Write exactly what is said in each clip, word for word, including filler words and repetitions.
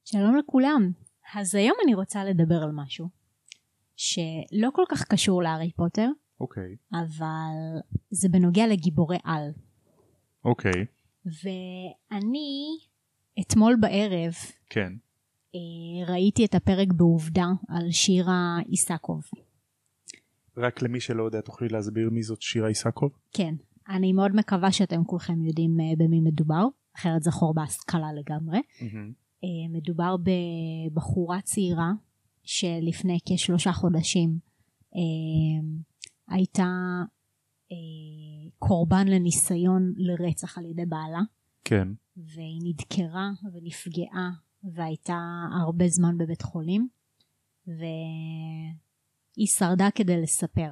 שלום לכולם. אז היום אני רוצה לדבר על משהו שלא כל כך קשור להארי פוטר. אוקיי. אבל זה בנוגע לגיבורי על. אוקיי. ואני אתמול בערב כן. ראיתי את הפרק בעובדה על שירה איסקוב. רק למי שלא יודע, תוכלי להסביר מי זאת שירה איסקוב? כן. אני מאוד מקווה שאתם כולכם יודעים במי מדובר. אחרת זה חור בהשכלה לגמרי. Mm-hmm. מדובר בבחורה צעירה שלפני כשלושה חודשים הייתה קורבן לניסיון לרצח על ידי בעלה. כן. והיא נדקרה ונפגעה והייתה הרבה זמן בבית חולים. והיא שרדה כדי לספר.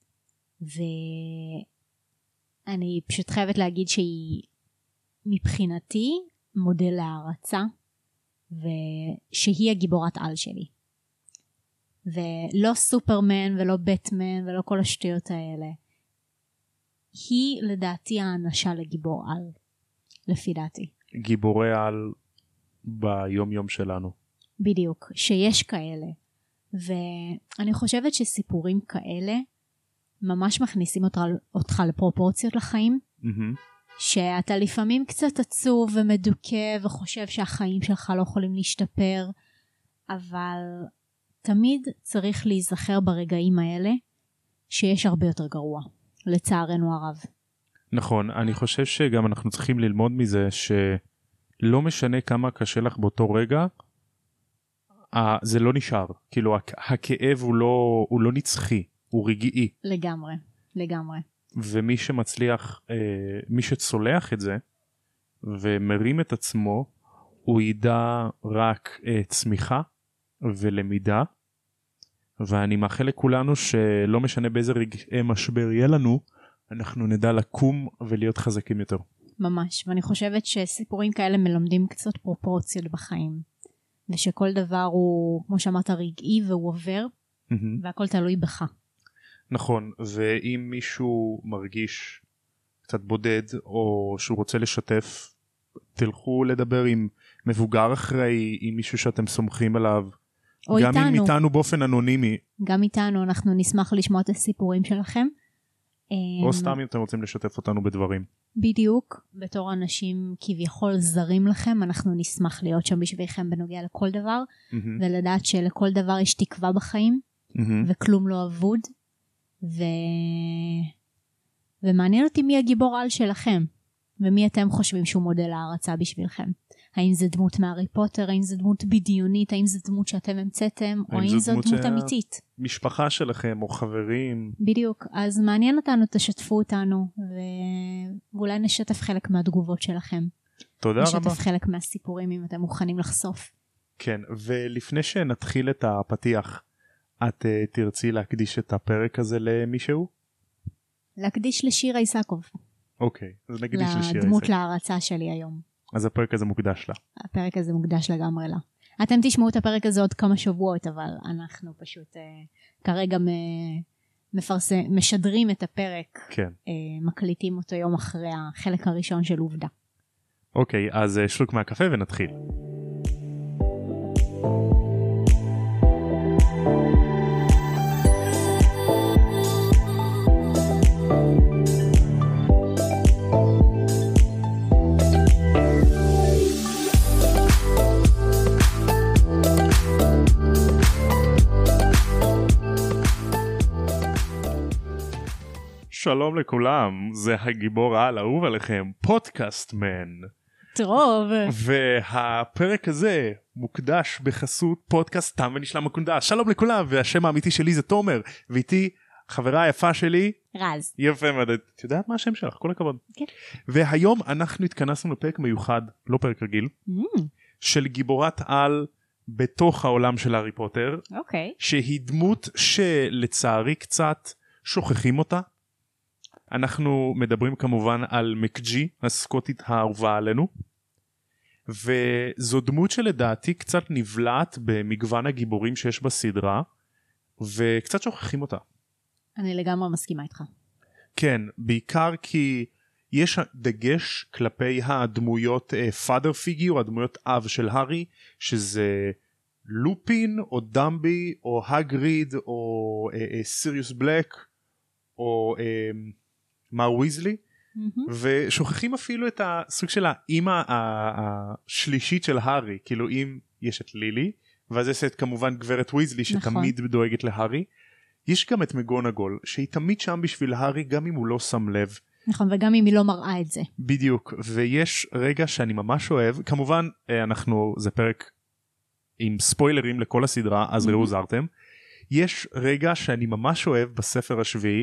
ואני פשוט חייבת להגיד שהיא מבחינתי מודל להערצה. ושהיא הגיבורת על שלי. ולא סופרמן ולא בטמן ולא כל השטויות האלה. היא לדעתי האנשה לגיבור על. לפי דעתי. גיבורי על ביום יום שלנו. בדיוק. שיש כאלה. ואני חושבת שסיפורים כאלה ממש מכניסים אותך, אותך לפרופורציות לחיים. Mm-hmm. שאתה לפעמים קצת עצוב ומדוכא וחושב שהחיים שלך לא יכולים להשתפר, אבל תמיד צריך להיזכר ברגעים האלה שיש הרבה יותר גרוע, לצערנו הרב. נכון, אני חושב שגם אנחנו צריכים ללמוד מזה שלא משנה כמה קשה לך באותו רגע, זה לא נשאר, כאילו הכאב הוא לא, הוא לא נצחי, הוא רגעי. לגמרי, לגמרי. ומי שמצליח, אה, מי שצולח את זה ומרים את עצמו, הוא ידע רק אה, צמיחה ולמידה. ואני מאחל לכולנו שלא משנה באיזה רגעי משבר יהיה לנו, אנחנו נדע לקום ולהיות חזקים יותר. ממש, ואני חושבת שסיפורים כאלה מלמדים קצת פרופורציות בחיים. ושכל דבר הוא, כמו שאמרת, רגעי והוא עובר, mm-hmm. והכל תלוי בך. נכון, ואם מישהו מרגיש קצת בודד או שהוא רוצה לשתף, תלכו לדבר עם מבוגר אחראי, עם מישהו שאתם סומכים עליו, או גם איתנו. אם איתנו באופן אנונימי. גם איתנו, אנחנו נשמח לשמוע את הסיפורים שלכם. או סתם אם אתם רוצים לשתף אותנו בדברים. בדיוק, בתור אנשים כביכול זרים לכם, אנחנו נשמח להיות שם בשבילכם בנוגע לכל דבר, mm-hmm. ולדעת שלכל דבר יש תקווה בחיים, mm-hmm. וכלום לא אבוד. ו... ומעניין אותי מי הגיבור על שלכם, ומי אתם חושבים שהוא מודל הערצה בשבילכם. האם זה דמות מהארי פוטר, האם זה דמות בדיונית, האם זה דמות שאתם המצאתם, או האם זו דמות, דמות אמיתית. משפחה שלכם או חברים. בדיוק, אז מעניין אותנו, תשתפו אותנו, ו... ואולי נשתף חלק מהתגובות שלכם. תודה נשתף רבה. נשתף חלק מהסיפורים אם אתם מוכנים לחשוף. כן, ולפני שנתחיל את הפתיח, את uh, תרצי להקדיש את הפרק הזה למישהו? להקדיש לשירה איסקוב. אוקיי, אז נקדיש לשירה איסקוב. לדמות להערצה שלי היום. אז הפרק הזה מוקדש לה. הפרק הזה מוקדש לגמרי לה. אתם תשמעו את הפרק הזה עוד כמה שבועות, אבל אנחנו פשוט uh, כרגע מפרסם, משדרים את הפרק. כן. Uh, מקליטים אותו יום אחרי החלק הראשון של עובדה. אוקיי, אז uh, שלוק מהקפה ונתחיל. שלום לכולם, זה הגיבור העל האהוב עליכם, פודקאסט מן. טוב. והפרק הזה מוקדש בחסות פודקאסט תם ונשלם מקונדש. שלום לכולם, והשם האמיתי שלי זה תומר, ואיתי חברה היפה שלי רז. יפה מאוד, את יודעת מה השם שלך? כל הכבוד. כן. והיום אנחנו התכנסנו לפרק מיוחד, לא פרק רגיל, mm. של גיבורת על בתוך העולם של הארי פוטר. אוקיי. שהיא דמות שלצערי קצת שוכחים אותה. אנחנו מדברים כמובן על מקג'י, הסקוטית האהובה עלינו, וזו דמות שלדעתי קצת נבלעת במגוון הגיבורים שיש בסדרה, וקצת שוכחים אותה. אני לגמרי מסכימה איתך. כן, בעיקר כי יש דגש כלפי הדמויות father figure, הדמויות אב של הארי, שזה לופין או דמבי או הגריד או סיריוס בלק או מר ויזלי, ושוכחים אפילו את הסוג של האמא השלישית של הארי, כאילו אם יש את לילי, ואז יש את כמובן גברת ויזלי שתמיד דואגת להארי, יש גם את מגונגול שהיא תמיד שם בשביל הארי גם אם הוא לא שם לב. נכון, וגם אם היא לא מראה את זה. בדיוק, ויש רגע שאני ממש אוהב, כמובן אנחנו, זה פרק עם ספוילרים לכל הסדרה, אז ראו זרתם, יש רגע שאני ממש אוהב בספר השביעי,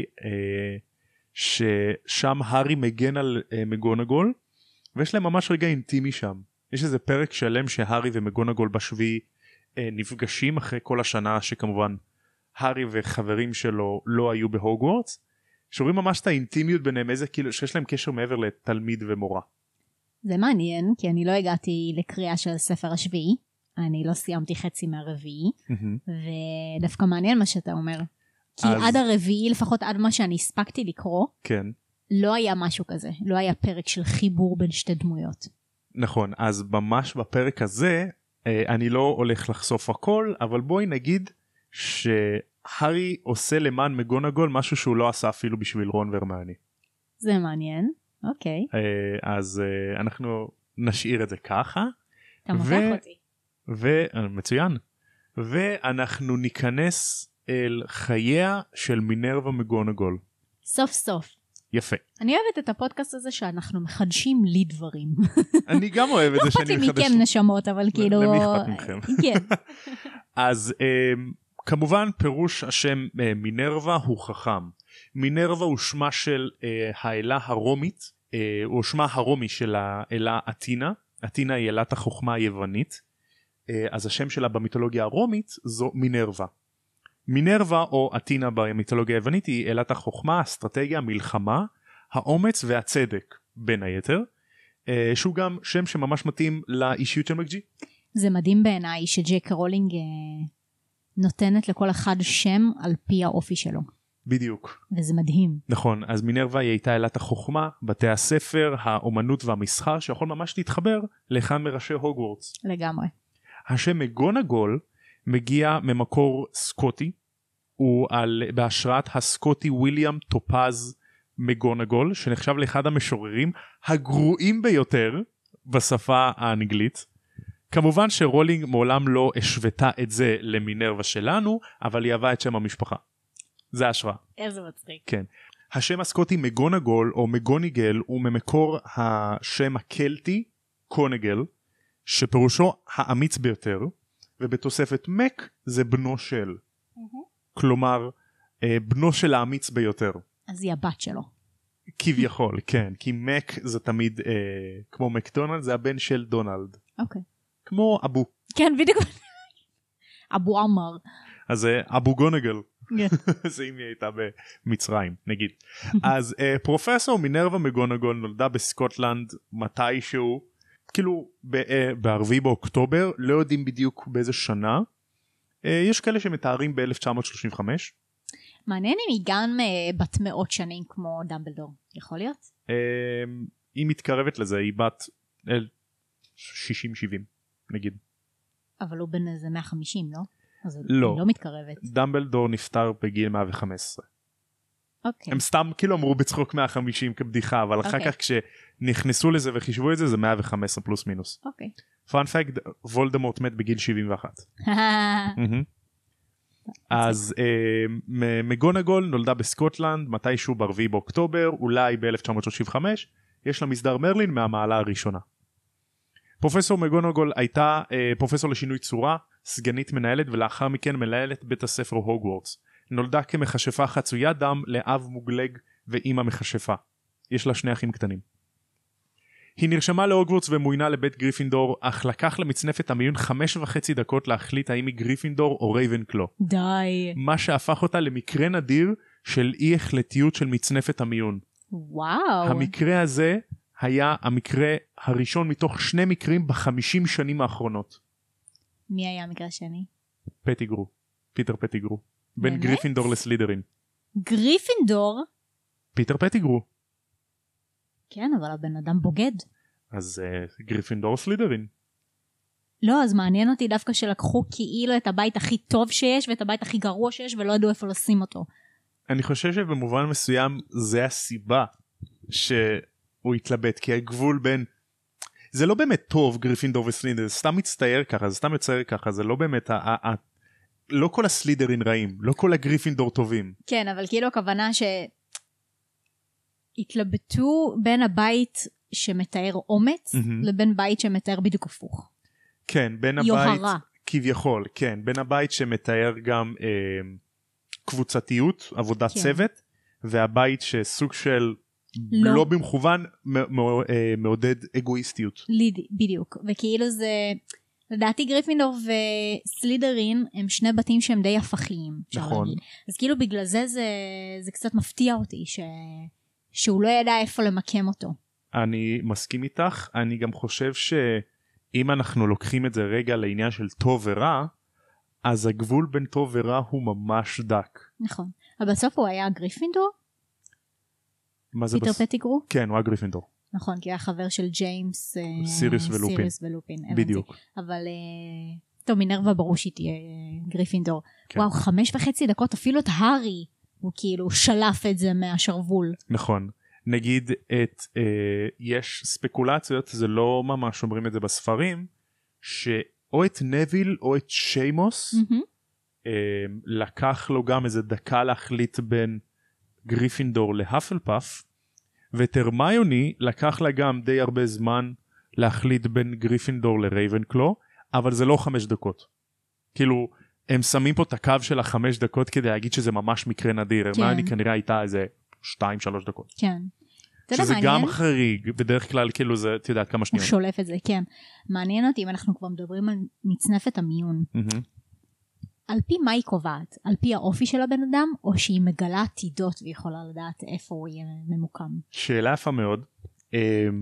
ששם הארי מגן על מגונגול, ויש להם ממש רגע אינטימי שם. יש איזה פרק שלם שהארי ומגונגול בשביעי נפגשים אחרי כל השנה שכמובן הארי וחברים שלו לא היו בהוגוורטס, שרואים ממש את האינטימיות ביניהם, איזה כאילו שיש להם קשר מעבר לתלמיד ומורה. זה מעניין, כי אני לא הגעתי לקריאה של ספר השביעי, אני לא סיימתי חצי מהרביעי, ודווקא מעניין מה שאתה אומר. כי אז... עד הרביעי, לפחות עד מה שאני הספקתי לקרוא, כן. לא היה משהו כזה, לא היה פרק של חיבור בין שתי דמויות. נכון, אז ממש בפרק הזה, אני לא הולך לחשוף הכל, אבל בואי נגיד שהארי עושה למען מגונגול משהו שהוא לא עשה אפילו בשביל רון והרמיוני. זה מעניין, אוקיי. אז אנחנו נשאיר את זה ככה. אתה מוכיח אותי. ומצוין. ואנחנו ניכנס אל חייה של מינרווה מגונגול. סוף סוף. יפה. אני אוהבת את הפודקאסט הזה שאנחנו מחדשים לי דברים. אני גם אוהב את זה שאני מחדש. לא אכפת לי מכם נשמות, אבל כאילו... למי אכפת מכם? כן. אז כמובן פירוש השם מינרווה הוא חכם. מינרווה הוא שמה של האלה הרומית, הוא שמה הרומי של האלה אתינה. אתינה היא אלת החוכמה היוונית. אז השם שלה במיתולוגיה הרומית זו מינרווה. מינרווה או אתינה במיתולוגיה היוונית היא אלת החוכמה, האסטרטגיה, המלחמה, האומץ והצדק בין היתר, שהוא גם שם שממש מתאים לאישיות של מקג'י. זה מדהים בעיניי שג'יי רולינג נותנת לכל אחד שם על פי האופי שלו. בדיוק. וזה מדהים. נכון, אז מינרווה היא הייתה אלת החוכמה, בתי הספר, האומנות והמסחר, שיכול ממש להתחבר לאחד מראשי הוגוורטס. לגמרי. השם מגונגול מגיע ממקור סקוטי, הוא על, בהשראת הסקוטי וויליאם טופז מגונגול, שנחשב לאחד המשוררים הגרועים ביותר בשפה האנגלית. כמובן שרולינג מעולם לא השוותה את זה למינרווה שלנו, אבל היא אהבה את שם המשפחה. זה ההשראה. איזה מצחיק. כן. השם הסקוטי מגונגול או מגוניגל הוא ממקור השם הקלטי קונגל, שפירושו האמיץ ביותר, ובתוספת מק זה בנו של. כלומר, בנו של האמיץ ביותר. אז היא הבת שלו. כביכול, כן. כי מק זה תמיד, כמו מקדונלד, זה הבן של דונלד. אוקיי. כמו אבו. כן, בדיוק. אבו עמר. אז זה אבו גונגל. זה אם היא הייתה במצרים, נגיד. אז פרופסור מינרווה מגונגול נולדה בסקוטלנד מתישהו, כאילו ב-ארבעה באוקטובר, לא יודעים בדיוק באיזה שנה. יש כאלה שמתארים ב-אלף תשע מאות שלושים וחמש. מעניין אם היא גם בת מאות שנים כמו דמבלדור, יכול להיות? היא מתקרבת לזה, היא בת שישים שבעים נגיד. אבל הוא בן איזה מאה וחמישים, לא? אז לא. היא לא מתקרבת. דמבלדור נפטר בגיל מאה וחמש עשרה. אוקיי. הם סתם כאילו אמרו בצחוק מאה וחמישים כבדיחה, אבל אחר כך כשנכנסו לזה וחישבו את זה, זה מאה וחמש עשרה פלוס מינוס. אוקיי. פאנפקט, וולדמורט מת בגיל שבעים ואחת. אז מגונגול נולדה בסקוטלנד מתישהו ב-ארבעה באוקטובר, אולי ב-אלף תשע מאות שלושים וחמש, יש לה מסדר מרלין מהמעלה הראשונה. פרופסור מגונגול הייתה פרופסור לשינוי צורה, סגנית מנהלת ולאחר מכן מנהלת בית הספר הוגוורטס. נולדה כמכשפה חצוית דם לאב מוגלג ואימא מכשפה. יש לה שני אחים קטנים. היא נרשמה להוגוורטס ומוינה לבית גריפינדור, אך לקח למצנפת המיון חמש וחצי דקות להחליט האם היא גריפינדור או רייבנקלו. די. מה שהפך אותה למקרה נדיר של אי החלטיות של מצנפת המיון. וואו. המקרה הזה היה המקרה הראשון מתוך שני מקרים בחמישים שנים האחרונות. מי היה המקרה השני? פטיגרו. פיטר פטיגרו. בין גריפינדור לסלידרין. גריפינדור? פיטר פטיגרו. כן, אבל הבן אדם בוגד. אז uh, גריפינדור סלידרין. לא, אז מעניין אותי דווקא שלקחו כאילו את הבית הכי טוב שיש ואת הבית הכי גרוע שיש ולא ידעו איפה לשים אותו. אני חושב שבמובן מסוים זה הסיבה שהוא התלבט, כי הגבול בין, זה לא באמת טוב גריפינדור וסלידרין, זה סתם מצטייר ככה, זה סתם מצטייר ככה, זה לא באמת, ה- ה- ה- לא כל הסלידרין רעים, לא כל הגריפינדור טובים. כן, אבל כאילו הכוונה שהתלבטו בין הבית שמתאר אומץ מהמם. לבין בית שמתאר בדיוק הפוך. כן, בין הבית, יוהרה. כביכול, כן, בין הבית שמתאר גם אה, קבוצתיות, עבודת כן. צוות, והבית שסוג של לא. לא במכוון מ- מ- אה, מעודד אגואיסטיות. ליד, בדיוק. וכאילו זה, לדעתי גריפינדור וסלידרין הם שני בתים שהם די הפכיים. אפשר נכון. להגיד. אז כאילו בגלל זה זה, זה קצת מפתיע אותי ש... שהוא לא ידע איפה למקם אותו. אני מסכים איתך, אני גם חושב שאם אנחנו לוקחים את זה רגע לעניין של טוב ורע, אז הגבול בין טוב ורע הוא ממש דק. נכון. אבל בסוף הוא היה גריפינדור? מה זה פיטר בס... פטיגרו? כן, הוא היה גריפינדור. נכון, כי הוא היה חבר של ג'יימס. אה, סיריוס ולופין. סיריוס ולופין. הבנתי. בדיוק. אבל, אה, טוב, מינרווה ברור שהיא תהיה אה, גריפינדור. כן. וואו, חמש וחצי דקות, אפילו את הארי, הוא כאילו שלף את זה מהשרוול. נכון. נגיד את, אה, יש ספקולציות, זה לא ממש אומרים את זה בספרים, שאו את נביל או את שיימוס, מהמם. אה, לקח לו גם איזה דקה להחליט בין גריפינדור להפלפף, ואת הרמיוני לקח לה גם די הרבה זמן להחליט בין גריפינדור לרייבנקלו, אבל זה לא חמש דקות. כאילו, הם שמים פה את הקו של החמש דקות כדי להגיד שזה ממש מקרה נדיר. כן. הרמיוני כנראה הייתה איזה שתיים שלוש דקות. כן. אתה יודע, שזה מעניין, גם חריג, בדרך כלל כאילו זה, את יודעת כמה הוא שניות. שולף את זה, כן. מעניין אותי אם אנחנו כבר מדברים על מצנפת המיון. מהמם. על פי מה היא קובעת? על פי האופי של הבן אדם, או שהיא מגלה עתידות ויכולה לדעת איפה הוא יהיה ממוקם? שאלה יפה מאוד. אמ,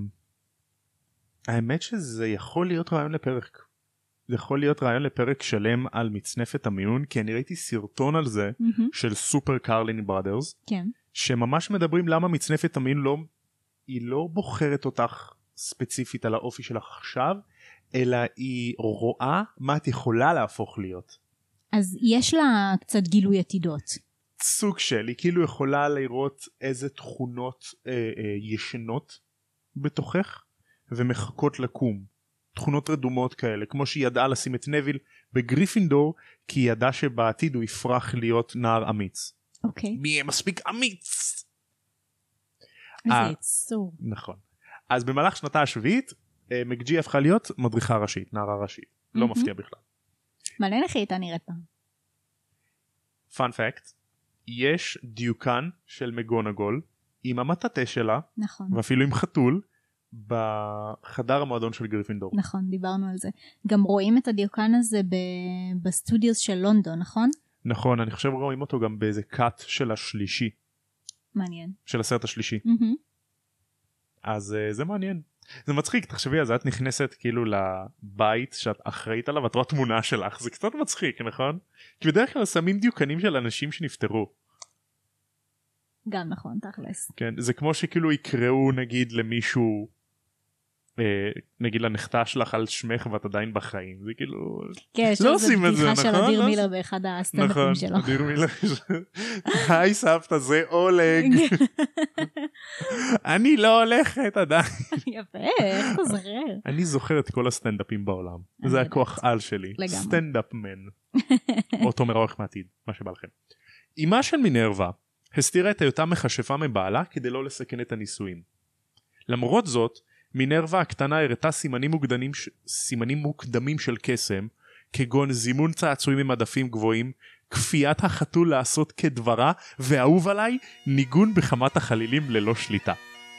האמת שזה יכול להיות רעיון לפרק. זה יכול להיות רעיון לפרק שלם על מצנפת המיון, כי אני ראיתי סרטון על זה מהמם. של סופר קרלין ברודרס, כן. שממש מדברים למה מצנפת המין לא, היא לא בוחרת אותך ספציפית על האופי שלך עכשיו, אלא היא רואה מה את יכולה להפוך להיות. אז יש לה קצת גילוי עתידות. סוג של, היא כאילו יכולה לראות איזה תכונות אה, אה, ישנות בתוכך, ומחכות לקום. תכונות רדומות כאלה, כמו שהיא ידעה לשים את נביל בגריפינדור, כי היא ידעה שבעתיד הוא יפרח להיות נער אמיץ. אוקיי. מי יהיה מספיק אמיץ? איזה אה. יצור. נכון. אז במהלך שנתה השביעית, אה, מקג'י הפכה להיות מדריכה ראשית, נערה ראשית. לא מהמם. מפתיע בכלל. מעניין איך היא הייתה נראית פעם. פאנ פקט, יש דיוקן של מגונגול עם המטאטה שלה, נכון. ואפילו עם חתול, בחדר המועדון של גריפינדור. נכון, דיברנו על זה. גם רואים את הדיוקן הזה ב- בסטודיוס של לונדון, נכון? נכון, אני חושב רואים אותו גם באיזה קאט של השלישי, מעניין. של הסרט השלישי. מהמם. אז uh, זה מעניין. זה מצחיק, תחשבי, אז את נכנסת כאילו לבית שאת אחראית עליו, את רואה תמונה שלך, זה קצת מצחיק, נכון? כי בדרך כלל שמים דיוקנים של אנשים שנפטרו. גם נכון, תכלס. כן, זה כמו שכאילו יקראו נגיד למישהו, אה, נגיד לנכדה שלך על שמך ואת עדיין בחיים, זה כאילו... כן, יש לא איזו עושים את זה, בדיחה של נכון? אדיר לא מילר עושים- באחד הסטנדאפים נכון, שלו. אדיר מילר, היי סבתא זה אולג, אני לא הולכת עדיין. יפה, איך אתה זוכר? אני זוכר את כל הסטנדאפים בעולם, אני זה יודעת. הכוח על שלי, לגמרי. סטנדאפ מן, או תומר אורך מעתיד, מה שבא לכם. אמה של מינרווה הסתירה את היותה מכשפה מבעלה כדי לא לסכן את הנישואים. למרות זאת, מינרווה הקטנה הראתה סימנים מוקדמים, ש... סימנים מוקדמים של קסם, כגון זימון צעצועים עם עדפים גבוהים, כפיית החתול לעשות כדברה, ואהוב עליי, ניגון בחמת החלילים ללא שליטה.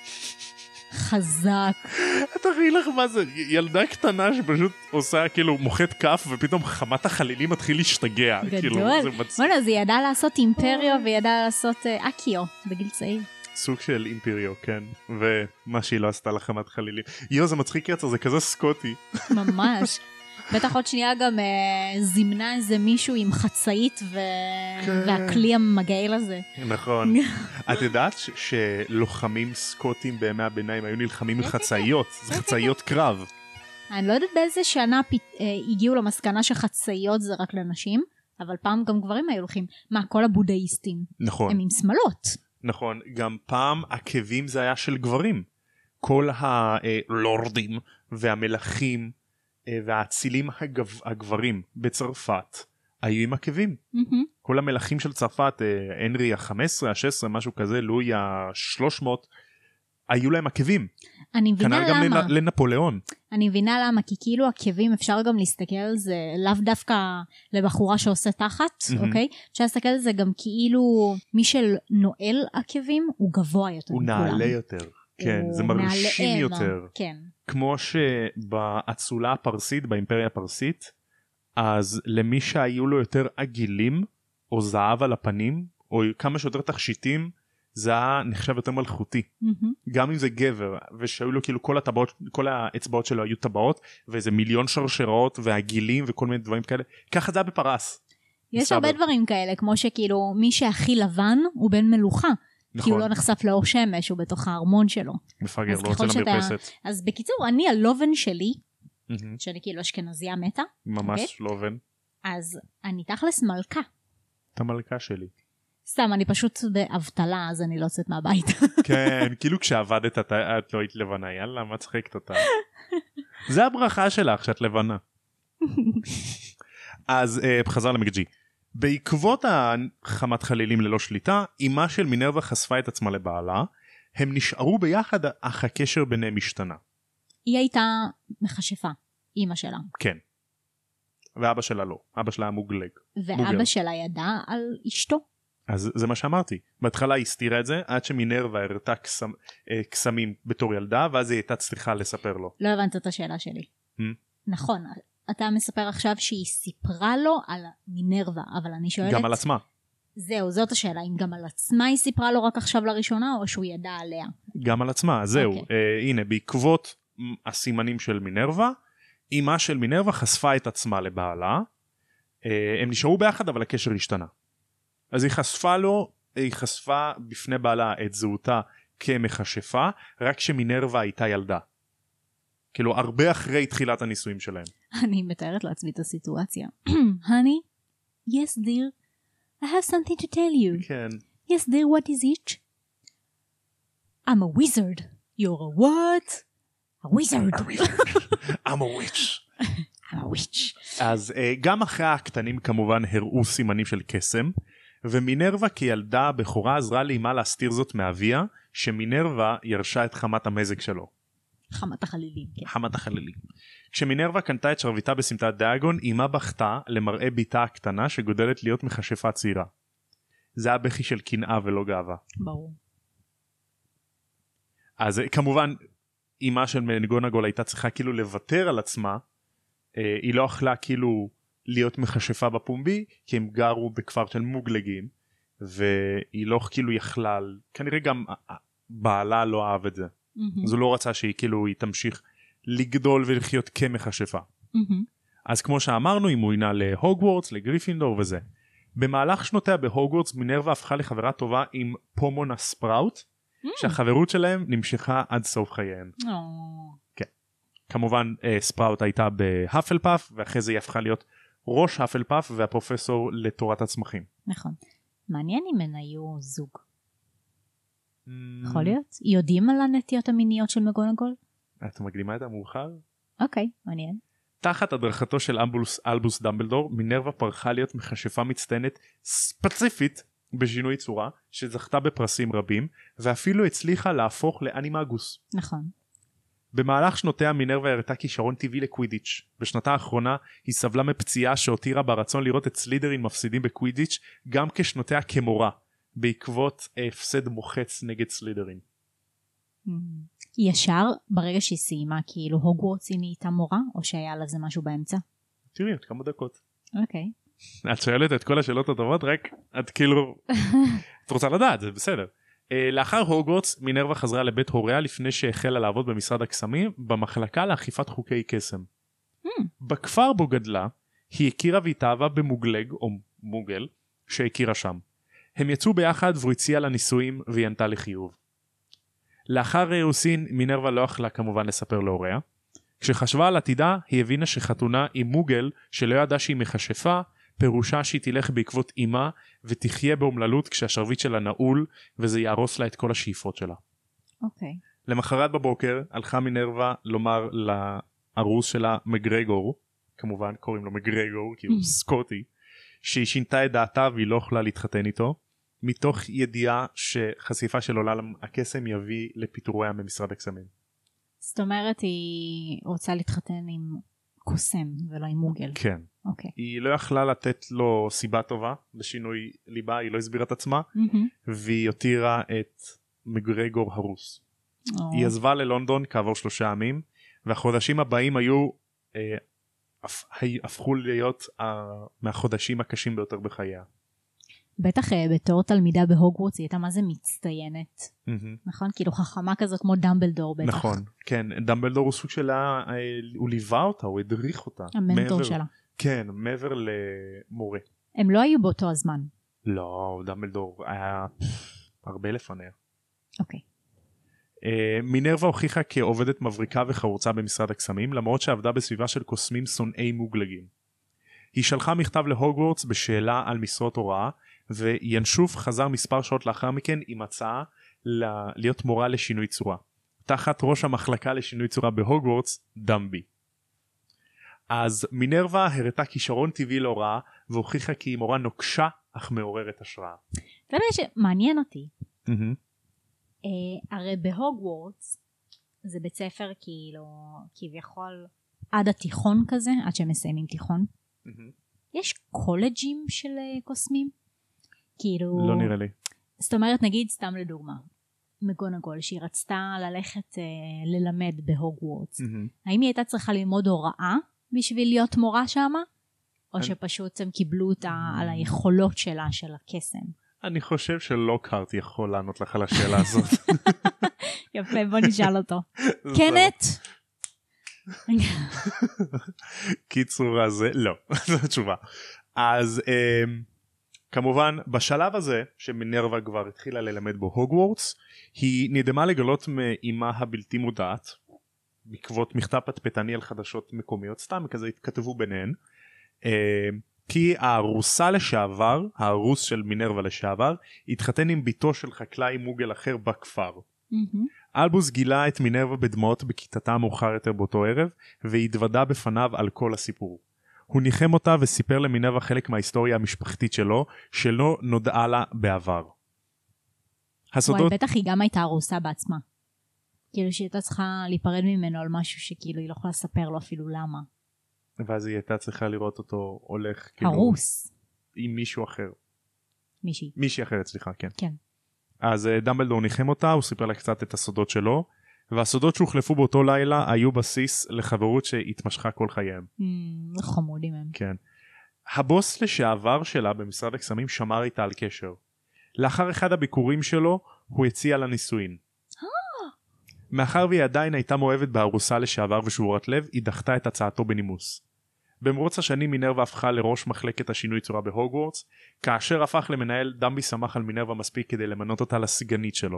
חזק. תראי לך מה זה, ילדה קטנה שפשוט עושה כאילו מוחאת כף ופתאום חמת החלילים מתחיל להשתגע. כאילו, גדול. זה מצ... בוא'נה, אז היא ידעה לעשות אימפריו וידעה לעשות אה, אקיו בגיל צעיר. סוג של אימפריו, כן. ומה שהיא לא עשתה לחמת חלילים. יו, זה מצחיק יצר, זה כזה סקוטי. ממש. בטח עוד שנייה גם אה, זימנה איזה מישהו עם חצאית ו... כן. והכלי המגעיל הזה. נכון. את יודעת ש- שלוחמים סקוטים בימי הביניים היו נלחמים עם חצאיות, זה חצאיות קרב. אני לא יודעת באיזה שנה פ... אה, הגיעו למסקנה שחצאיות זה רק לנשים, אבל פעם גם גברים היו הולכים. מה, כל הבודהיסטים? נכון. הם עם שמלות. נכון, גם פעם עקבים זה היה של גברים. כל הלורדים והמלכים והאצילים הגב... הגברים בצרפת היו עם עקבים. Mm-hmm. כל המלכים של צרפת, הנרי ה-חמש עשרה, ה-שש עשרה, משהו כזה, לואי ה-שלוש מאות, היו להם עקבים. אני מבינה למה. כנראה גם לנפוליאון. אני מבינה למה, כי כאילו עקבים אפשר גם להסתכל על זה, לאו דווקא לבחורה שעושה תחת, mm-hmm. אוקיי? אפשר להסתכל על זה גם כאילו מי שנועל עקבים הוא גבוה יותר. הוא נעלה יותר. כן, זה מרשים יותר. כן. כמו שבאצולה הפרסית, באימפריה הפרסית, אז למי שהיו לו יותר עגילים, או זהב על הפנים, או כמה שיותר תכשיטים, זה היה נחשב יותר מלכותי. Mm-hmm. גם אם זה גבר, ושהיו לו כאילו כל הטבעות, כל האצבעות שלו היו טבעות, ואיזה מיליון שרשראות, ועגילים, וכל מיני דברים כאלה. ככה זה היה בפרס. יש מסתבר. הרבה דברים כאלה, כמו שכאילו מי שהכי לבן הוא בן מלוכה. נכון. כי הוא לא נחשף לאור שמש, הוא בתוך הארמון שלו. מפגר, לא רוצה למרפסת. אז בקיצור, אני הלובן שלי, Mm-hmm. שאני כאילו אשכנזיה מתה. ממש okay? לא עובד. אז אני תכלס מלכה. את המלכה שלי. סתם, אני פשוט באבטלה, אז אני לא יוצאת מהבית. כן, כאילו כשעבדת את לא היית לבנה, יאללה, מה צחקת אותה? זה הברכה שלך שאת לבנה. אז uh, חזר למקג'י. בעקבות החמת חלילים ללא שליטה, אמה של מינרווה חשפה את עצמה לבעלה, הם נשארו ביחד אך הקשר ביניהם השתנה. היא הייתה מכשפה, אמא שלה. כן. ואבא שלה לא, אבא שלה מוגלג. ואבא מוגל. שלה ידע על אשתו. אז זה מה שאמרתי. בהתחלה היא הסתירה את זה, עד שמינרווה הראתה קסמ, קסמים בתור ילדה, ואז היא הייתה צריכה לספר לו. לא הבנת את השאלה שלי. Hmm? נכון, אתה מספר עכשיו שהיא סיפרה לו על מינרווה, אבל אני שואלת... גם על עצמה. זהו, זאת השאלה, אם גם על עצמה היא סיפרה לו רק עכשיו לראשונה, או שהוא ידע עליה. גם על עצמה, זהו. Okay. אה, הנה, בעקבות הסימנים של מינרווה, אמא של מינרווה חשפה את עצמה לבעלה, אה, הם נשארו ביחד, אבל הקשר השתנה. אז היא חשפה לו, היא חשפה בפני בעלה את זהותה כמכשפה, רק שמינרווה הייתה ילדה. כאילו, הרבה אחרי תחילת הניסויים שלהם. אני מתארת לעצמי את הסיטואציה. Honey, yes dear, I have something to tell you. כן. Yes dear, what is it? I'm a wizard. You're a what? A wizard. I'm a witch. I'm a witch. אז uh, גם אחרי הקטנים כמובן הראו סימנים של קסם, ומינרווה כילדה הבכורה עזרה לאמה להסתיר זאת מאביה, שמינרווה ירשה את חמת המזג שלו. חמת החלילים, כן. חמת החלילים. כשמינרווה קנתה את שרביטה בסמטת דאגון, אמה בכתה למראה ביתה הקטנה שגודלת להיות מכשפה צעירה. זה היה בכי של קנאה ולא גאווה. ברור. אז כמובן, אמה של מגונגול הייתה צריכה כאילו לוותר על עצמה, אה, היא לא אכלה כאילו להיות מכשפה בפומבי, כי הם גרו בכפר של מוגלגים, והיא לא כאילו יכלה, כנראה גם בעלה לא אהב את זה. Mm-hmm. אז הוא לא רצה שהיא כאילו היא תמשיך לגדול ולחיות כמכשפה. Mm-hmm. אז כמו שאמרנו, היא מוינה להוגוורטס, לגריפינדור וזה. במהלך שנותיה בהוגוורטס, מינרווה הפכה לחברה טובה עם פומונה ספראוט, mm-hmm. שהחברות שלהם נמשכה עד סוף חייהם. Oh. כן. כמובן ספראוט הייתה בהפלפאף, ואחרי זה היא הפכה להיות ראש הפלפאף והפרופסור לתורת הצמחים. נכון. מעניין אם הן היו זוג. יכול להיות? יודעים על הנטיות המיניות של מגונגול? את מקדימה את המאוחר? אוקיי, מעניין. תחת הדרכתו של אלבוס, אלבוס דמבלדור, מינרווה פרחה להיות מכשפה מצטיינת ספציפית בשינוי צורה, שזכתה בפרסים רבים, ואפילו הצליחה להפוך לאנימגוס. נכון. במהלך שנותיה מינרווה הראתה כישרון טבעי לקווידיץ'. בשנתה האחרונה היא סבלה מפציעה שהותירה ברצון לראות את סלידרין מפסידים בקווידיץ' גם כשנותיה כמורה, בעקבות הפסד מוחץ נגד סלידרין. ישר ברגע שהיא סיימה כאילו הוגוורטס היא נהייתה מורה, או שהיה לזה משהו באמצע? תראי, עוד כמה דקות. אוקיי. את שואלת את כל השאלות הטובות, רק את כאילו את רוצה לדעת, זה בסדר. לאחר הוגוורטס מינרווה חזרה לבית הוריה לפני שהחלה לעבוד במשרד הקסמים במחלקה לאכיפת חוקי קסם. Hmm. בכפר בו גדלה, היא הכירה והתאהבה במוגלג או מוגל שהכירה שם. הם יצאו ביחד והוא הציע לה נישואים והיא ענתה לחיוב. לאחר אירוסין מינרווה לא יכלה כמובן לספר להוריה. כשחשבה על עתידה היא הבינה שחתונה עם מוגל שלא ידעה שהיא מכשפה, פירושה שהיא תלך בעקבות אימה ותחיה באומללות כשהשרביט שלה נעול וזה יהרוס לה את כל השאיפות שלה. אוקיי. למחרת בבוקר הלכה מינרווה לומר לארוס שלה מגרגור, כמובן קוראים לו מגרגור כי הוא סקוטי, שהיא שינתה את דעתה והיא לא יכולה להתחתן איתו, מתוך ידיעה שחשיפה של עולם הקסם יביא לפיטוריה ממשרד הקסמים. זאת אומרת היא רוצה להתחתן עם קוסם ולא עם מוגל. כן. אוקיי. היא לא יכלה לתת לו סיבה טובה לשינוי ליבה, היא לא הסבירה את עצמה, והיא הותירה את מגרגור הרוס. היא עזבה ללונדון כעבור שלושה ימים, והחודשים הבאים היו, אה, הפ, הפכו להיות אה, מהחודשים הקשים ביותר בחייה. בטח אה, בתור תלמידה בהוגוורטס היא הייתה מה זה מצטיינת. נכון? כאילו חכמה כזאת כמו דמבלדור בטח. נכון, כן, דמבלדור הוא סוג שלה, אה, הוא ליווה אותה, הוא הדריך אותה. המנטור מעבר, שלה. כן, מעבר למורה. הם לא היו באותו הזמן. לא, דמבלדור היה הרבה לפניה. אוקיי. מינרווה הוכיחה כעובדת מבריקה וחרוצה במשרד הקסמים, למרות שעבדה בסביבה של קוסמים שונאי מוגלגים. היא שלחה מכתב להוגוורטס בשאלה על משרות הוראה, וינשוף חזר מספר שעות לאחר מכן עם הצעה ל- להיות מורה לשינוי צורה. תחת ראש המחלקה לשינוי צורה בהוגוורטס, דמבי. אז מינרווה הראתה כישרון טבעי להוראה, והוכיחה כי היא מורה נוקשה אך מעוררת השראה. אתה יודע שמעניין אותי. Mm-hmm. Uh, הרי בהוגוורטס זה בית ספר כאילו כביכול עד התיכון כזה, עד שהם מסיימים תיכון. Mm-hmm. יש קולג'ים של uh, קוסמים? כאילו... לא נראה לי. זאת אומרת נגיד סתם לדוגמה, מגונגול שהיא רצתה ללכת uh, ללמד בהוגוורטס. Mm-hmm. האם היא הייתה צריכה ללמוד הוראה בשביל להיות מורה שמה? או אני... שפשוט הם קיבלו אותה mm-hmm. על היכולות שלה של הקסם? אני חושב שלא קארט יכול לענות לך על השאלה הזאת. יפה, בוא נשאל אותו. קנט? קיצור הזה, לא, זו התשובה. אז כמובן בשלב הזה שמינרווה כבר התחילה ללמד בו הוגוורטס, היא נדמה לגלות מאימה הבלתי מודעת, בעקבות מכתב פטפטני על חדשות מקומיות, סתם כזה התכתבו ביניהן, כי הארוסה לשעבר, הארוס של מינרווה לשעבר, התחתן עם ביתו של חקלאי מוגל אחר בכפר. Mm-hmm. אלבוס גילה את מינרווה בדמעות בכיתתה המאוחר יותר באותו ערב, והתוודה בפניו על כל הסיפור. הוא ניחם אותה וסיפר למינרווה חלק מההיסטוריה המשפחתית שלו, שלא נודעה לה בעבר. הסודות... וואי, בטח היא גם הייתה ארוסה בעצמה. כאילו שהיא הייתה צריכה להיפרד ממנו על משהו שכאילו היא לא יכולה לספר לו אפילו למה. ואז היא הייתה צריכה לראות אותו הולך כאילו הרוס עם מישהו אחר. מישהי. מישהי אחרת, סליחה, כן. כן. אז דמבלדור ניחם אותה, הוא סיפר לה קצת את הסודות שלו, והסודות שהוחלפו באותו לילה היו בסיס לחברות שהתמשכה כל חייהם. Mm, חמודים הם. כן. הבוס לשעבר שלה במשרד הקסמים שמר איתה על קשר. לאחר אחד הביקורים שלו, הוא הציע לה נישואין. מאחר והיא עדיין הייתה מאוהבת בארוסה לשעבר ושבורת לב, היא דחתה את הצעתו בנימוס. במרוץ השנים מינרווה הפכה לראש מחלקת השינוי צורה בהוגוורטס, כאשר הפך למנהל דמבי שמח על מינרווה מספיק כדי למנות אותה לסגנית שלו.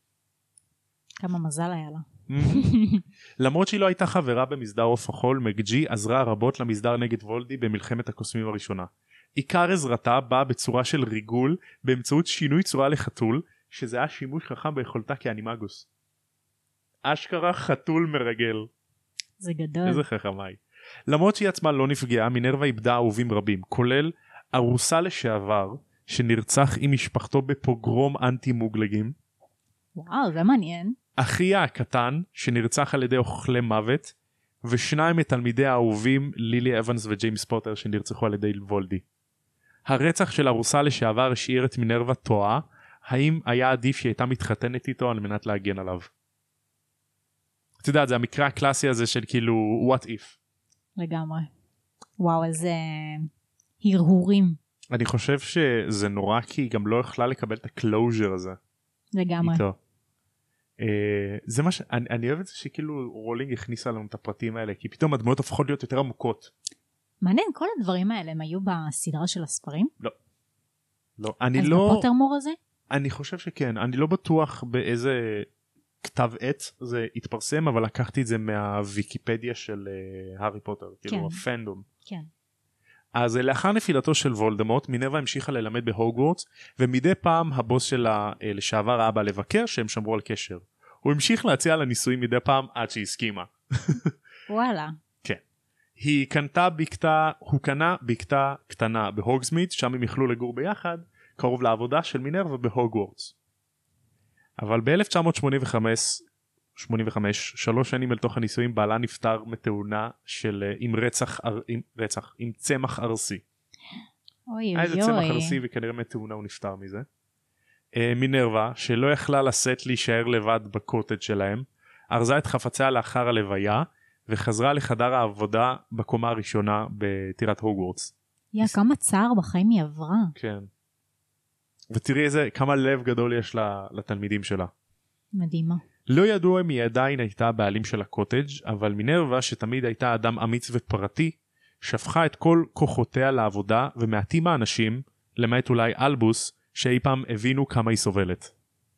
כמה מזל היה לה. למרות שהיא לא הייתה חברה במסדר עוף החול, מג'י עזרה רבות למסדר נגד וולדי במלחמת הקוסמים הראשונה. עיקר עזרתה באה בצורה של ריגול באמצעות שינוי צורה לחתול, שזה היה שימוש חכם ביכולתה כאנימגוס. אשכרה חתול מרגל. זה גדול. איזה חכמה היא. למרות שהיא עצמה לא נפגעה, מינרווה איבדה אהובים רבים, כולל ארוסה לשעבר שנרצח עם משפחתו בפוגרום אנטי מוגלגים. וואו, זה מעניין. אחיה הקטן שנרצח על ידי אוכלי מוות, ושניים מתלמידי האהובים לילי אבנס וג'יימס פוטר שנרצחו על ידי וולדי. הרצח של ארוסה לשעבר השאיר את מינרווה תוהה, האם היה עדיף שהיא הייתה מתחתנת איתו על מנת להגן עליו. אתה יודע, זה המקרה הקלאסי הזה של כאילו what if. לגמרי. וואו, איזה הרהורים. אני חושב שזה נורא כי היא גם לא יכלה לקבל את הקלוז'ר הזה. לגמרי. איתו. זה מה שאני אני אוהב את זה שכאילו רולינג הכניסה לנו את הפרטים האלה כי פתאום הדמויות הופכות להיות יותר עמוקות. מעניין, כל הדברים האלה הם היו בסדרה של הספרים? לא. לא, אני אז לא... אז בפוטרמור הזה? אני חושב שכן, אני לא בטוח באיזה כתב עת זה התפרסם, אבל לקחתי את זה מהוויקיפדיה של uh, הארי פוטר, כן. כאילו הפנדום. כן. אז לאחר נפילתו של וולדמורט, מינרווה המשיכה ללמד בהוגוורטס, ומדי פעם הבוס שלה uh, לשעבר ראה בה לבקר שהם שמרו על קשר. הוא המשיך להציע לה ניסויים מדי פעם עד שהסכימה. וואלה. כן. היא קנתה בקתה, הוא קנה בקתה קטנה בהוגסמיד, שם הם יכלו לגור ביחד, קרוב לעבודה של מינרווה בהוגוורטס. אבל ב-אלף תשע מאות שמונים וחמש, שלוש שנים אל תוך הניסויים, בעלה נפטר מתאונה של עם רצח, עם רצח, עם צמח ארסי. אוי אוי אוי. איזה צמח ארסי וכנראה מתאונה הוא נפטר מזה. מינרווה, שלא יכלה לשאת להישאר לבד בקוטג' שלהם, ארזה את חפציה לאחר הלוויה, וחזרה לחדר העבודה בקומה הראשונה בטירת הוגוורטס. יא, כמה צער בחיים היא עברה. כן. ותראי איזה, כמה לב גדול יש לתלמידים שלה. מדהימה. לא ידוע אם היא עדיין הייתה הבעלים של הקוטג', אבל מינרווה, שתמיד הייתה אדם אמיץ ופרטי, שפכה את כל כוחותיה לעבודה, ומעטים האנשים, למעט אולי אלבוס, שאי פעם הבינו כמה היא סובלת.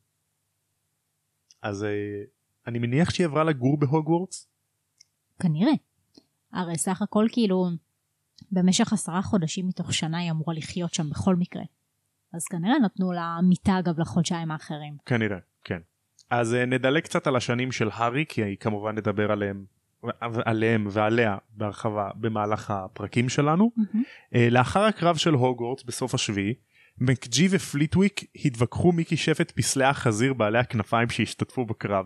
אז אני מניח שהיא עברה לגור בהוגוורטס? כנראה. הרי סך הכל כאילו, במשך עשרה חודשים מתוך שנה היא אמורה לחיות שם בכל מקרה. אז כנראה נתנו לה מיטה אגב לחודשיים האחרים. כנראה, כן. אז נדלק קצת על השנים של הארי, כי כמובן נדבר עליהם, עליהם ועליה בהרחבה במהלך הפרקים שלנו. Mm-hmm. לאחר הקרב של הוגוורטס בסוף השביעי, מקג'י ופליטוויק התווכחו מי כישף את פסלי החזיר בעלי הכנפיים שהשתתפו בקרב.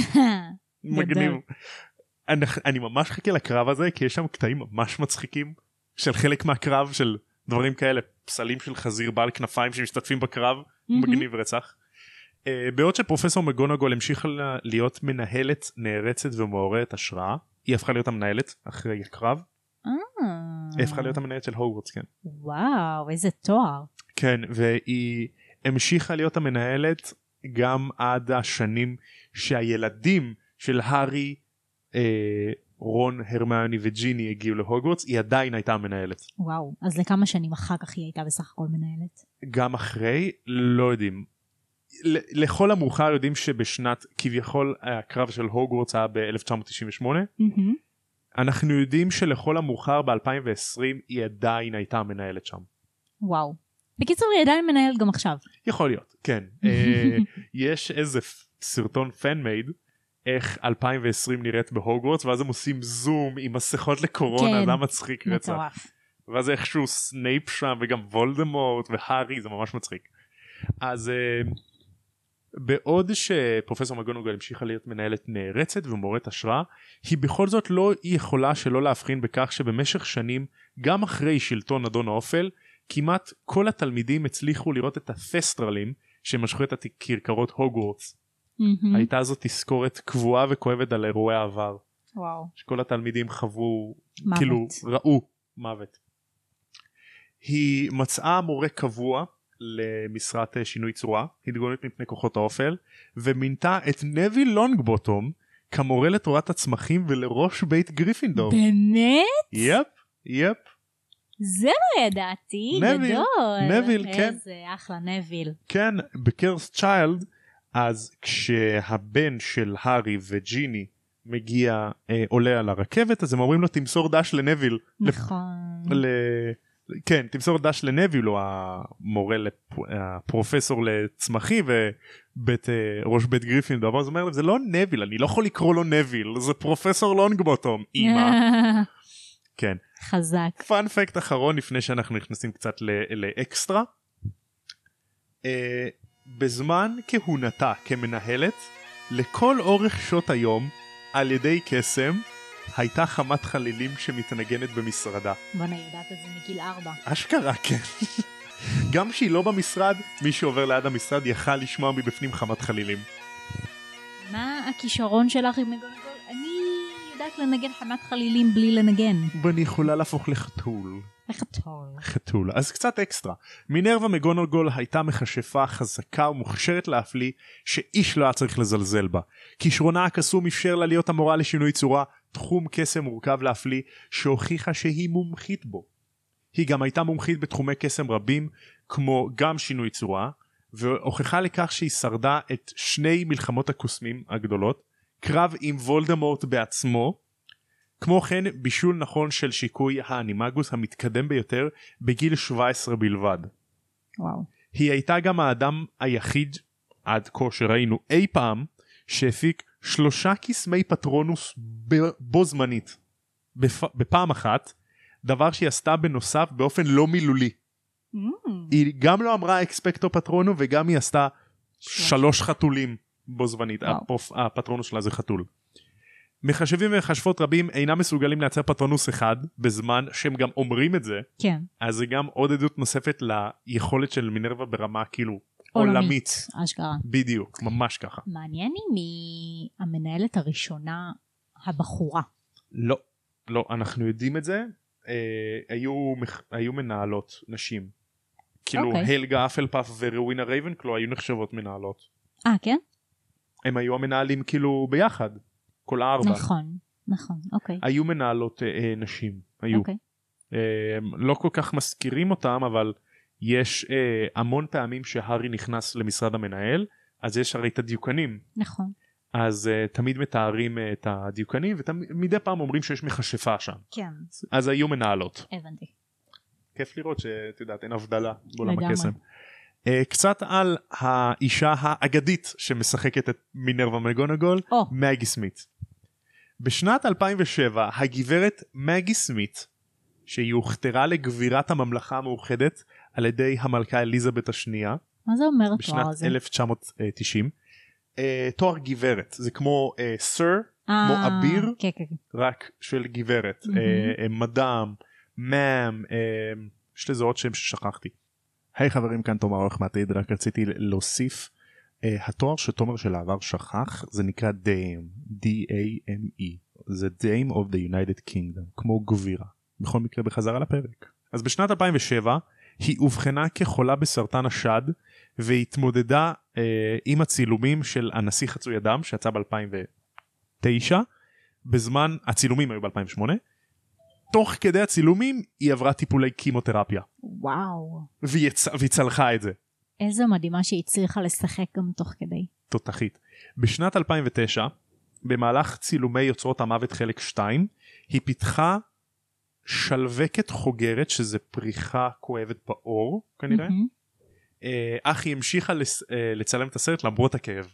מגניב. אני, אני ממש חכה לקרב הזה, כי יש שם קטעים ממש מצחיקים של חלק מהקרב של דברים כאלה, פסלים של חזיר בעל כנפיים שמשתתפים בקרב, מגניב רצח. Uh, בעוד שפרופסור מגונגול המשיכה להיות מנהלת נערצת ומעוררת השראה, היא הפכה להיות המנהלת אחרי הקרב. אה. היא הפכה להיות המנהלת של הוגוורטס, כן. וואו, איזה תואר. כן, והיא המשיכה להיות המנהלת גם עד השנים שהילדים של הארי, אה, רון, הרמיוני וג'יני הגיעו להוגוורטס, היא עדיין הייתה המנהלת. וואו, אז לכמה שנים אחר כך היא הייתה בסך הכל מנהלת? גם אחרי, לא יודעים. לכל המאוחר יודעים שבשנת, כביכול הקרב של הוגוורטס היה ב-אלף תשע מאות תשעים ושמונה. Mm-hmm. אנחנו יודעים שלכל המאוחר ב-אלפיים ועשרים היא עדיין הייתה המנהלת שם. וואו. בקיצור היא עדיין מנהלת גם עכשיו. יכול להיות, כן. יש איזה סרטון פן-מייד, איך אלפיים ועשרים נראית בהוגוורטס, ואז הם עושים זום עם מסכות לקורונה, כן, זה מצחיק רצח. מטורף. ואז איכשהו סנייפ שם, וגם וולדמורט והארי, זה ממש מצחיק. אז uh, בעוד שפרופסור מגונגול המשיכה להיות מנהלת נערצת ומורת השראה, היא בכל זאת לא יכולה שלא להבחין בכך שבמשך שנים, גם אחרי שלטון אדון האופל, כמעט כל התלמידים הצליחו לראות את הת'סטרלים שמשכו את הכרכרות הוגוורטס. Mm-hmm. הייתה זאת תזכורת קבועה וכואבת על אירועי העבר. וואו. שכל התלמידים חוו, מוות. כאילו ראו מוות. היא מצאה מורה קבוע למשרת שינוי צורה, התגוננות מפני כוחות האופל, ומינתה את נביל לונגבוטום כמורה לתורת הצמחים ולראש בית גריפינדור. באמת? יפ, יפ. זה לא ידעתי, נביל, גדול. נביל, כן. איזה אחלה נביל. כן, בקרס צ'יילד, אז כשהבן של הארי וג'יני מגיע, אה, עולה על הרכבת, אז הם אומרים לו תמסור דש לנביל. נכון. ל... כן, תמסור דש לנביל, הוא המורה, לפ... הפרופסור לצמחי ובית, אה, ראש בית גריפינדור, אז הוא אומר, זה לא נביל, אני לא יכול לקרוא לו נביל, זה פרופסור לונגבוטום, אמא. כן. חזק. פאנפקט אחרון לפני שאנחנו נכנסים קצת לאקסטרה. אה, בזמן כהונתה כמנהלת, לכל אורך שעות היום, על ידי קסם, הייתה חמת חלילים שמתנגנת במשרדה. בוא'נה, יודעת את זה מגיל ארבע. אשכרה, כן. גם שהיא לא במשרד, מי שעובר ליד המשרד יכל לשמוע מבפנים חמת חלילים. מה הכישרון שלך עם מגונגול? אני יודעת לנגן חמת חלילים בלי לנגן. ואני יכולה להפוך לחתול. חתול. חתול. אז קצת אקסטרה. מינרווה מגונגול הייתה מכשפה חזקה ומוכשרת להפליא שאיש לא היה צריך לזלזל בה. כישרונה הקסום אפשר לה להיות המורה לשינוי צורה, תחום קסם מורכב להפליא שהוכיחה שהיא מומחית בו. היא גם הייתה מומחית בתחומי קסם רבים כמו גם שינוי צורה, והוכחה לכך שהיא שרדה את שני מלחמות הקוסמים הגדולות, קרב עם וולדמורט בעצמו, כמו כן בישול נכון של שיקוי האנימגוס המתקדם ביותר בגיל שבע עשרה בלבד. וואו. היא הייתה גם האדם היחיד עד כה שראינו אי פעם שהפיק שלושה קסמי פטרונוס בו זמנית בפ... בפעם אחת, דבר שהיא עשתה בנוסף באופן לא מילולי. Mm. היא גם לא אמרה אקספקטו פטרונו וגם היא עשתה שלוש חתולים בו זמנית. הפופ... הפטרונוס שלה זה חתול. מחשבים ומחשבות רבים אינם מסוגלים לייצר פטרונוס אחד בזמן שהם גם אומרים את זה. כן. אז זה גם עוד עדות נוספת ליכולת של מינרווה ברמה כאילו עולמית. עולמית. אשכרה. בדיוק, ממש ככה. מעניין אם היא המנהלת הראשונה הבחורה. לא, לא, אנחנו יודעים את זה. אה, היו, היו מנהלות נשים. כאילו okay. הלגה אפלפף ורווינה רייבנקלו היו נחשבות מנהלות. אה, כן? הם היו המנהלים כאילו ביחד. כל הארבע. נכון, נכון, אוקיי. היו מנהלות אה, נשים, היו. אוקיי. אה, לא כל כך מזכירים אותם, אבל יש אה, המון פעמים שהארי נכנס למשרד המנהל, אז יש הרי את הדיוקנים. נכון. אז אה, תמיד מתארים אה, את הדיוקנים, ומדי פעם אומרים שיש מכשפה שם. כן. אז היו מנהלות. הבנתי. כיף לראות שאת יודעת, אין הבדלה בעולם הקסם. Uh, קצת על האישה האגדית שמשחקת את מינרווה מגונגול, oh. מגי סמית. בשנת אלפיים ושבע הגברת מגי סמית, שהיא הוכתרה לגבירת הממלכה המאוחדת על ידי המלכה אליזבת השנייה, מה זה אומר בשנת תואר הזה? אלף תשע מאות תשעים, uh, תואר גברת, זה כמו סר, uh, כמו אביר, okay, okay. רק של גברת, mm-hmm. uh, מדאם, מאם, uh, יש לזה עוד שם ששכחתי. היי חברים, כאן תומר עורך מעתיד, רק רציתי להוסיף, uh, התואר שתומר של העבר שכח, זה נקרא דיים, D-A-M-E, זה דיים of the United Kingdom, כמו גבירה, בכל מקרה בחזרה לפרק. אז בשנת אלפיים ושבע היא אובחנה כחולה בסרטן השד, והתמודדה uh, עם הצילומים של הנסיך חצוי אדם, שיצא ב-אלפיים ותשע, בזמן, הצילומים היו ב-אלפיים ושמונה, תוך כדי הצילומים היא עברה טיפולי קימותרפיה. וואו. והיא, צ... והיא צלחה את זה. איזו מדהימה שהיא הצליחה לשחק גם תוך כדי. תותחית. בשנת אלפיים ותשע, במהלך צילומי יוצרות המוות חלק שתיים, היא פיתחה שלווקת חוגרת, שזה פריחה כואבת בעור, כנראה. Mm-hmm. אך היא המשיכה לס... לצלם את הסרט למרות הכאב.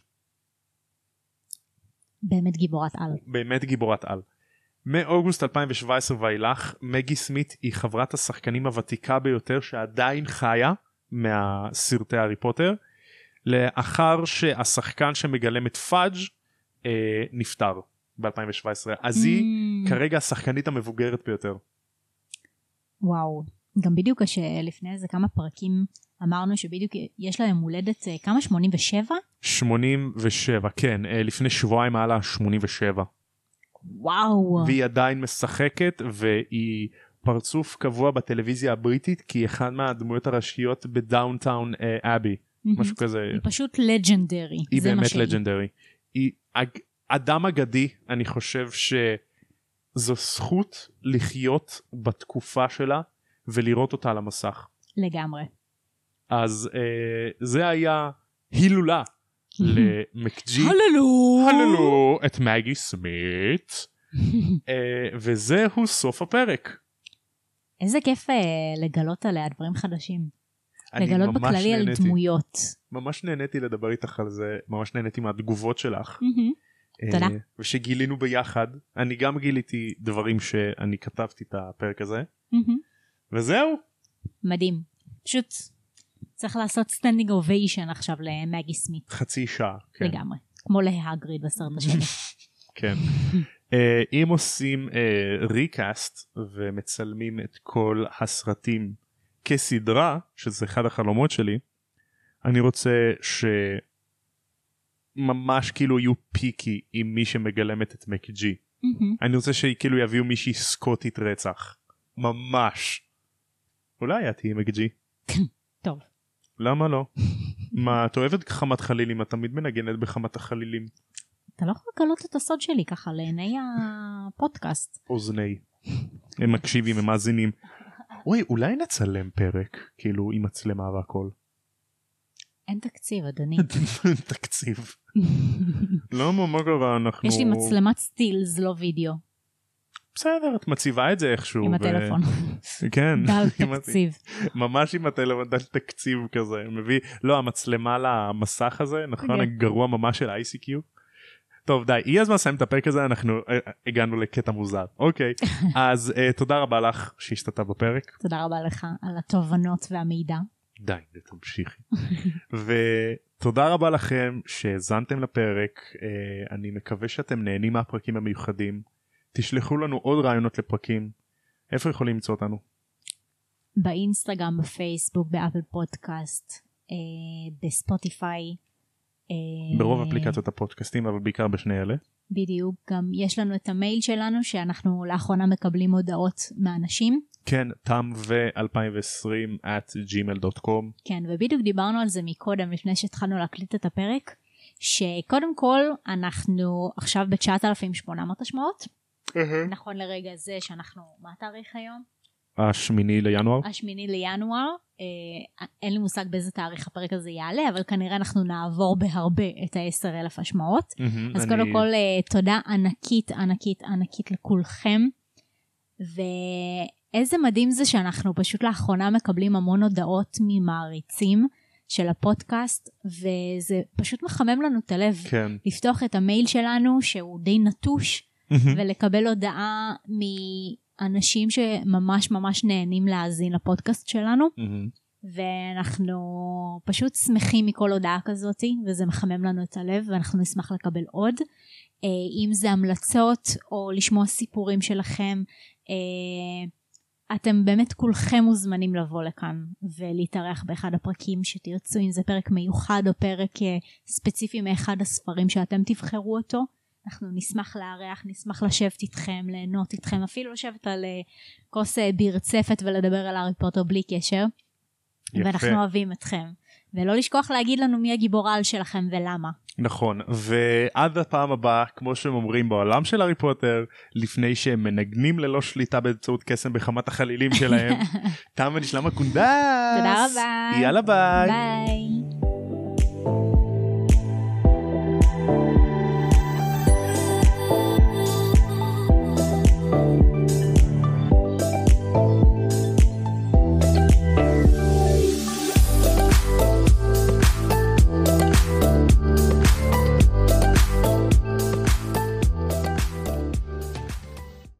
באמת גיבורת על. באמת גיבורת על. מאוגוסט אלפיים שבע עשרה ואילך, מגי סמית היא חברת השחקנים הוותיקה ביותר שעדיין חיה מהסרטי הארי פוטר, לאחר שהשחקן שמגלם את פאג' אה, נפטר ב-אלפיים שבע עשרה, אז היא mm. כרגע השחקנית המבוגרת ביותר. וואו, גם בדיוק שלפני איזה כמה פרקים אמרנו שבדיוק יש להם הולדת כמה? שמונים ושבע? שמונים ושבע, כן, לפני שבועיים היה לה שמונים ושבע. וואו. והיא עדיין משחקת, והיא פרצוף קבוע בטלוויזיה הבריטית, כי היא אחד מהדמויות הראשיות בדאונטאון אבי, משהו כזה. היא פשוט לג'נדרי. היא באמת לג'נדרי. היא אדם אגדי, אני חושב שזו זכות לחיות בתקופה שלה, ולראות אותה על המסך. לגמרי. אז אה, זה היה הילולה למקג'י. הללו. הללו את מגי סמית. אה, וזהו סוף הפרק. איזה כיף אה, לגלות עליה דברים חדשים. לגלות בכללי על דמויות. ממש נהניתי לדבר איתך על זה, ממש נהניתי מהתגובות שלך. אה, תודה. ושגילינו ביחד, אני גם גיליתי דברים שאני כתבתי את הפרק הזה. וזהו. מדהים. פשוט צריך לעשות סטנדינג אוביישן עכשיו למגי סמית. חצי שעה. כן. לגמרי. כמו להגריד בסרט השני. כן. uh, אם עושים ריקאסט uh, ומצלמים את כל הסרטים כסדרה, שזה אחד החלומות שלי, אני רוצה שממש כאילו יהיו פיקי עם מי שמגלמת את מקג'י. Mm-hmm. אני רוצה שכאילו יביאו מישהי סקוטית רצח. ממש. אולי את תהיי מג'י. טוב. למה לא? מה, את אוהבת חמת חלילים, את תמיד מנגנת בחמת החלילים. אתה לא יכול לגלות את הסוד שלי ככה לעיני הפודקאסט. אוזני. הם מקשיבים, הם מאזינים. אוי, אולי נצלם פרק, כאילו עם מצלמה והכל. אין תקציב, אדוני. תקציב. למה, מה קרה? אנחנו... יש לי מצלמת סטילס, לא וידאו. בסדר, את מציבה את זה איכשהו. עם הטלפון. כן. דל תקציב. ממש עם הטלפון, דל תקציב כזה. מביא, לא, המצלמה למסך הזה, נכון? הגרוע ממש של איי סי קיו. טוב, די, אי הזמן לסיים את הפרק הזה, אנחנו הגענו לקטע מוזר. אוקיי, אז תודה רבה לך שהשתתף בפרק. תודה רבה לך על התובנות והמידע. די, תמשיכי. ותודה רבה לכם שהזנתם לפרק. אני מקווה שאתם נהנים מהפרקים המיוחדים. תשלחו לנו עוד רעיונות לפרקים. איפה יכולים למצוא אותנו? באינסטגרם, בפייסבוק, באפל פודקאסט, בספוטיפיי. ברוב אפליקציות הפודקאסטים, אבל בעיקר בשני אלה. בדיוק, גם יש לנו את המייל שלנו שאנחנו לאחרונה מקבלים הודעות מאנשים. כן, תם ו-אלפיים ועשרים at gmail dot com. כן, ובדיוק דיברנו על זה מקודם לפני שהתחלנו להקליט את הפרק, שקודם כל אנחנו עכשיו ב-תשעת אלפים ושמונה מאות השמעות. נכון לרגע זה שאנחנו, מה התאריך היום? השמיני לינואר. השמיני לינואר. אה, אין לי מושג באיזה תאריך הפרק הזה יעלה, אבל כנראה אנחנו נעבור בהרבה את ה-עשרת אלפים השמעות. Mm-hmm, אז אני... קודם כל אה, תודה ענקית, ענקית, ענקית לכולכם. ואיזה מדהים זה שאנחנו פשוט לאחרונה מקבלים המון הודעות ממעריצים של הפודקאסט, וזה פשוט מחמם לנו את הלב. כן. לפתוח את המייל שלנו שהוא די נטוש, mm-hmm. ולקבל הודעה מ... אנשים שממש ממש נהנים להאזין לפודקאסט שלנו, mm-hmm. ואנחנו פשוט שמחים מכל הודעה כזאת, וזה מחמם לנו את הלב, ואנחנו נשמח לקבל עוד. אם זה המלצות, או לשמוע סיפורים שלכם, אתם באמת כולכם מוזמנים לבוא לכאן, ולהתארח באחד הפרקים שתרצו, אם זה פרק מיוחד, או פרק ספציפי מאחד הספרים שאתם תבחרו אותו, אנחנו נשמח לארח, נשמח לשבת איתכם, ליהנות איתכם, אפילו לשבת על כוס ברצפת ולדבר על הארי פוטר בלי קשר. יפה. ואנחנו אוהבים אתכם. ולא לשכוח להגיד לנו מי הגיבור העל שלכם ולמה. נכון, ועד הפעם הבאה, כמו שהם אומרים בעולם של הארי פוטר, לפני שהם מנגנים ללא שליטה באמצעות קסם בחמת החלילים שלהם, תם ונשלם הקונדס. תודה רבה. יאללה ביי. ביי.